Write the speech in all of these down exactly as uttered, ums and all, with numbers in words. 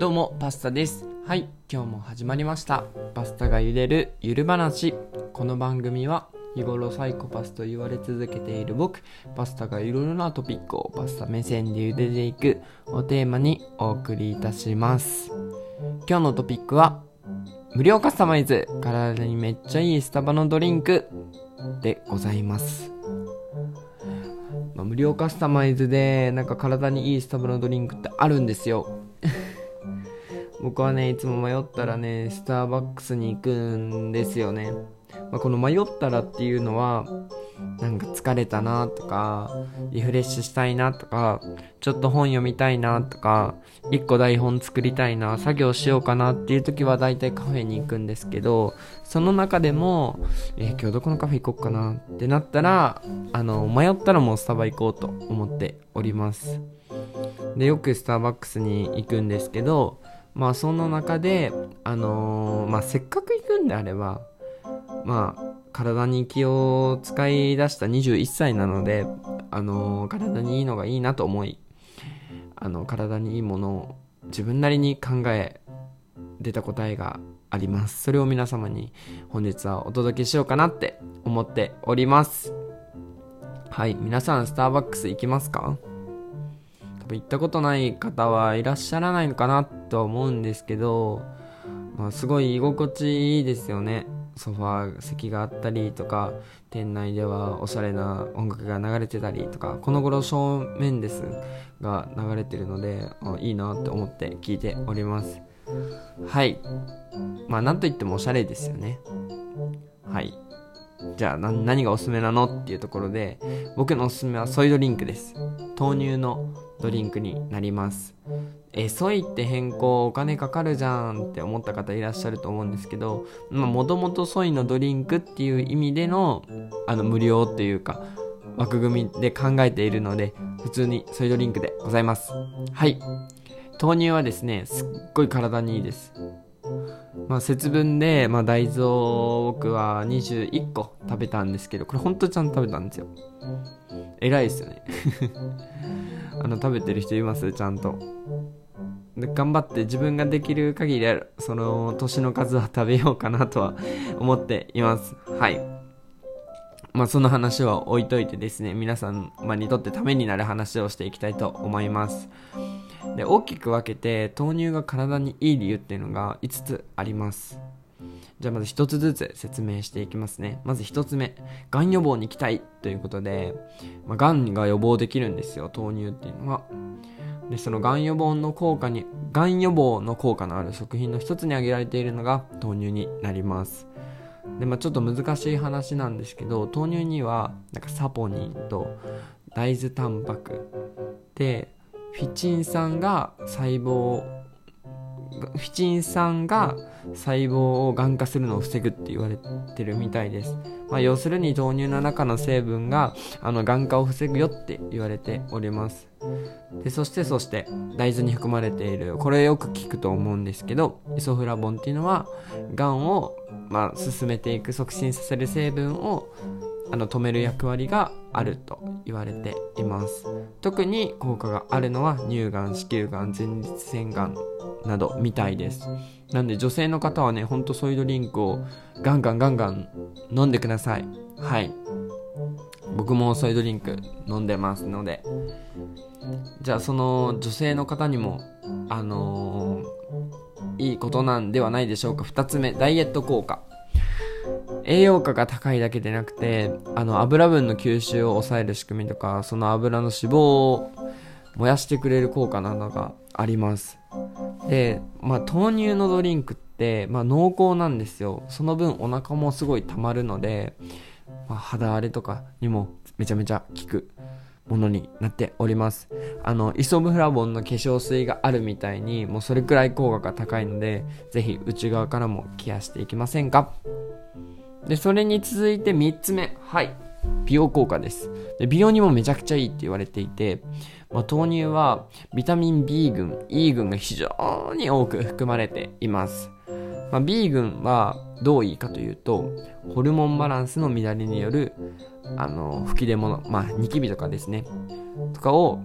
どうもパスタです。はい、今日も始まりましたパスタが茹でるゆる話。この番組は日頃サイコパスと言われ続けている僕パスタがいろいろなトピックをパスタ目線で茹でていくをテーマにお送りいたします。今日のトピックは無料カスタマイズ、体にめっちゃいいスタバのドリンクでございます。まあ、無料カスタマイズでなんか体にいいスタバのドリンクってあるんですよ僕はね、いつも迷ったらね、スターバックスに行くんですよね。まあ、この迷ったらっていうのは、なんか疲れたなとか、リフレッシュしたいなとか、ちょっと本読みたいなとか、一個台本作りたいな、作業しようかなっていう時はだいたいカフェに行くんですけど、その中でも、えー、今日どこのカフェ行こうかなってなったら、あの、迷ったらもうスタバ行こうと思っております。で、よくスターバックスに行くんですけど、まあその中で、あのー、まあせっかく行くんであれば、まあ体に気を使い出したにじゅういっさいなので、あのー、体にいいのがいいなと思い、あの体にいいものを自分なりに考え出た答えがあります。それを皆様に本日はお届けしようかなって思っております。はい、皆さんスターバックス行きますか？行ったことない方はいらっしゃらないのかなとは思うんですけど、まあ、すごい居心地いいですよね。ソファー席があったりとか、店内ではおしゃれな音楽が流れてたりとか、この頃正面ですが流れてるので、あ、いいなって思って聞いております。はい、まあなんといってもおしゃれですよね。はい、じゃあ何、何がおすすめなのっていうところで、僕のおすすめはソイドリンクです。豆乳のドリンクになります。え、ソイって変更お金かかるじゃんって思った方いらっしゃると思うんですけど、まあもともとソイのドリンクっていう意味でのあの無料っていうか枠組みで考えているので、普通にソイドリンクでございます。はい、豆乳はですね、すっごい体にいいです。まあ節分で、まあ、大豆を僕はにじゅういっこ食べたんですけど、これほんとちゃんと食べたんですよ。偉いですよねあの食べてる人います？ちゃんとで頑張って自分ができる限りあるその年の数は食べようかなとは思っています。はい、まあその話は置いといてですね、皆様にとってためになる話をしていきたいと思います。で、大きく分けて豆乳が体にいい理由っていうのがいつつあります。じゃあまず一つずつ説明していきますね。まず一つ目、がん予防に期待ということで、まあ、がんが予防できるんですよ、豆乳っていうのは。で、そのがん予防の効果に、がん予防の効果のある食品の一つに挙げられているのが豆乳になります。で、まあちょっと難しい話なんですけど、豆乳にはなんかサポニンと大豆タンパクで、フィチン酸が細胞フィチン酸が細胞をがん化するのを防ぐって言われてるみたいです。まあ、要するに豆乳の中の成分があのがん化を防ぐよって言われております。で、そしてそして大豆に含まれている、これよく聞くと思うんですけど、イソフラボンっていうのはがんをまあ進めていく、促進させる成分をあの止める役割があると言われています。特に効果があるのは乳がん、子宮がん、前立腺がんなどみたいです。なんで女性の方はね、ほんとソイドリンクをガンガンガンガン飲んでください。はい、僕もソイドリンク飲んでますので、じゃあその女性の方にもあのー、いいことなんではないでしょうか。ふたつめ、ダイエット効果。栄養価が高いだけでなくて、あの油分の吸収を抑える仕組みとか、その油の脂肪を燃やしてくれる効果などがあります。で、まあ豆乳のドリンクって、まあ、濃厚なんですよ。その分お腹もすごい溜まるので、まあ、肌荒れとかにもめちゃめちゃ効くものになっております。あのイソフラボンの化粧水があるみたいに、もうそれくらい効果が高いので、ぜひ内側からもケアしていきませんか。で、それに続いてみっつめ、はい、美容効果です。で、美容にもめちゃくちゃいいって言われていて、まあ、豆乳はビタミン B 群、E 群が非常に多く含まれています。まあ、B 群はどういいかというと、ホルモンバランスの乱れによるあの吹き出物、まあニキビとかですねとかを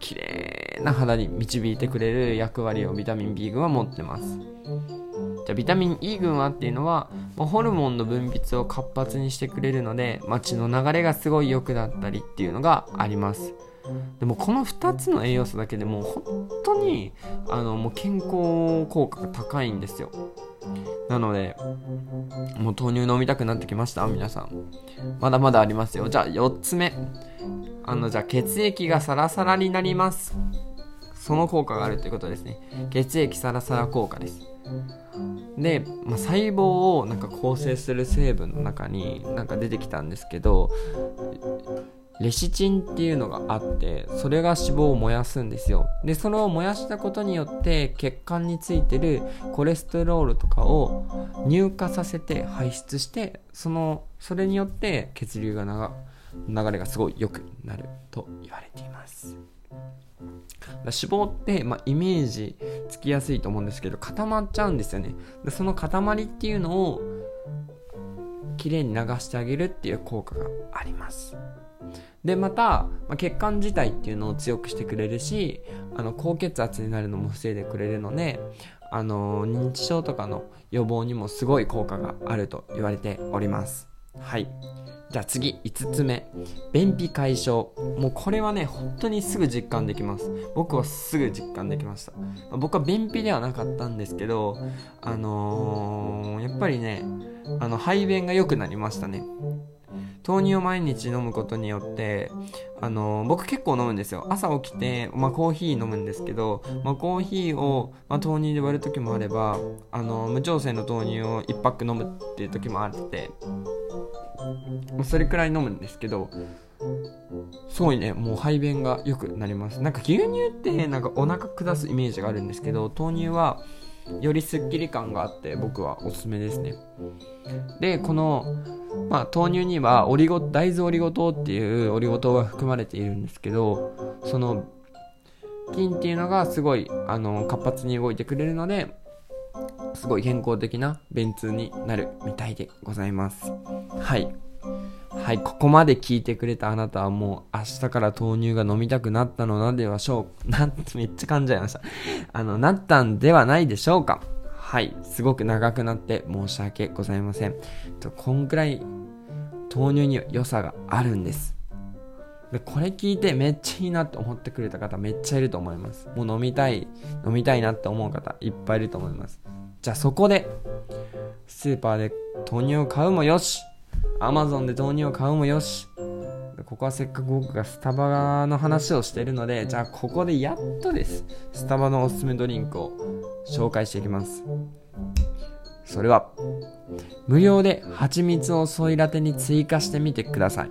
綺麗な肌に導いてくれる役割をビタミン B 群は持ってます。じゃあビタミン E 群はっていうのは、まあ、ホルモンの分泌を活発にしてくれるので、まあ、血の流れがすごい良くなったりっていうのがあります。でもこのふたつの栄養素だけでもう本当にあのもう健康効果が高いんですよ。なのでもう豆乳飲みたくなってきました。皆さんまだまだありますよ。じゃあよっつめ、あのじゃあ血液がサラサラになります。その効果があるということですね。血液サラサラ効果です。で、まあ、細胞をなんか構成する成分の中になんか出てきたんですけど、レシチンっていうのがあって、それが脂肪を燃やすんですよ。でそれを燃やしたことによって血管についてるコレステロールとかを乳化させて排出して、そのそれによって血流がな流れがすごい良くなると言われています。脂肪って、まあ、イメージつきやすいと思うんですけど固まっちゃうんですよね。でその塊っていうのをきれいに流してあげるっていう効果があります。でまた、まあ、血管自体っていうのを強くしてくれるし、あの高血圧になるのも防いでくれるので、あの認知症とかの予防にもすごい効果があると言われております。はい。じゃあ次いつつめ、便秘解消。もうこれはね本当にすぐ実感できます。僕はすぐ実感できました。僕は便秘ではなかったんですけど、あのー、やっぱりねあの排便が良くなりましたね。豆乳を毎日飲むことによって、あのー、僕結構飲むんですよ。朝起きて、まあ、コーヒー飲むんですけど、まあ、コーヒーを、まあ、豆乳で割る時もあれば、あのー、無調整の豆乳をいちパック飲むっていう時もあって、それくらい飲むんですけど、すごいねもう排便が良くなります。なんか牛乳ってなんかお腹下すイメージがあるんですけど、豆乳はよりスッキリ感があって僕はおすすめですね。でこの、まあ、豆乳にはオリゴ大豆オリゴ糖っていうオリゴ糖が含まれているんですけど、その菌っていうのがすごいあの活発に動いてくれるので、すごい健康的な便通になるみたいでございます。はいはい、ここまで聞いてくれたあなたはもう明日から豆乳が飲みたくなったのなではしょうなめっちゃ噛んじゃいましたあのなったんではないでしょうか。はい、すごく長くなって申し訳ございません。こんくらい豆乳には良さがあるんです。でこれ聞いてめっちゃいいなって思ってくれた方めっちゃいると思います。もう飲みたい飲みたいなって思う方いっぱいいると思います。じゃあそこでスーパーで豆乳を買うもよし、アマゾンで豆乳を買うもよし、ここはせっかく僕がスタバの話をしているので、じゃあここでやっとですスタバのおすすめドリンクを紹介していきます。それは無料で蜂蜜をソイラテに追加してみてください。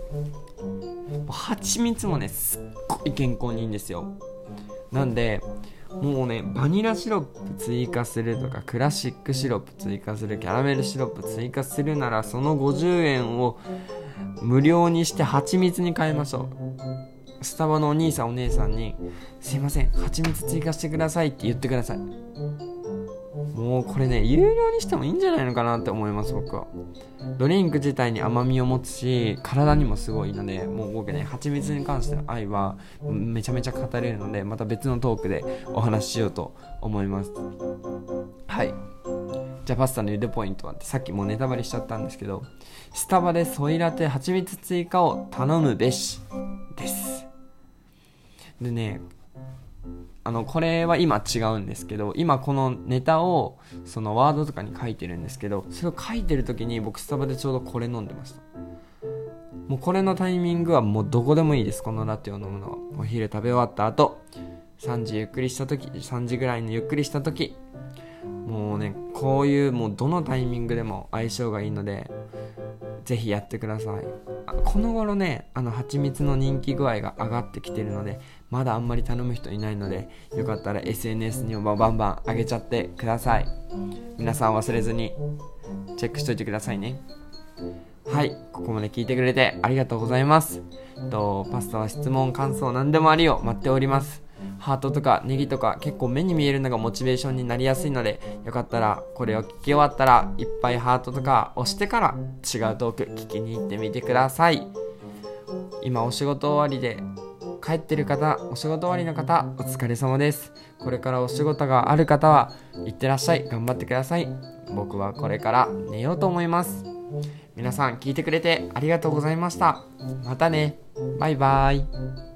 蜂蜜もねすっごい健康にいいんですよ。なんでもうねバニラシロップ追加するとかクラシックシロップ追加する、キャラメルシロップ追加するならそのごじゅうえんを無料にして蜂蜜に変えましょう。スタバのお兄さんお姉さんにすいません蜂蜜追加してくださいって言ってください。もうこれね有料にしてもいいんじゃないのかなって思います。僕はドリンク自体に甘みを持つし体にもすごいので、もう僕ね蜂蜜に関しての愛はめちゃめちゃ語れるので、また別のトークでお話ししようと思います。はい、じゃあパスタの茹でポイントはってさっきもうネタバレしちゃったんですけど、スタバでソイラテ蜂蜜追加を頼むべしです。でねあのこれは今違うんですけど、今このネタをそのワードとかに書いてるんですけど、それを書いてる時に僕スタバでちょうどこれ飲んでました。もうこれのタイミングはもうどこでもいいです。このラテを飲むのはお昼食べ終わった後、さんじゆっくりした時、さんじぐらいのゆっくりした時、もうねこういうもうどのタイミングでも相性がいいのでぜひやってください。この頃ねあの蜂蜜の人気具合が上がってきてるので、まだあんまり頼む人いないので、よかったら エスエヌエス にもバンバン上げちゃってください。皆さん忘れずにチェックしといてくださいね。はい、ここまで聞いてくれてありがとうございます。とパスタは質問感想何でもありを待っております。ハートとかネギとか結構目に見えるのがモチベーションになりやすいので、よかったらこれを聞き終わったらいっぱいハートとか押してから違うトーク聞きに行ってみてください。今お仕事終わりで帰ってる方、お仕事終わりの方、お疲れ様です。これからお仕事がある方はいってらっしゃい。頑張ってください。僕はこれから寝ようと思います。皆さん聞いてくれてありがとうございました。またね。バイバイ。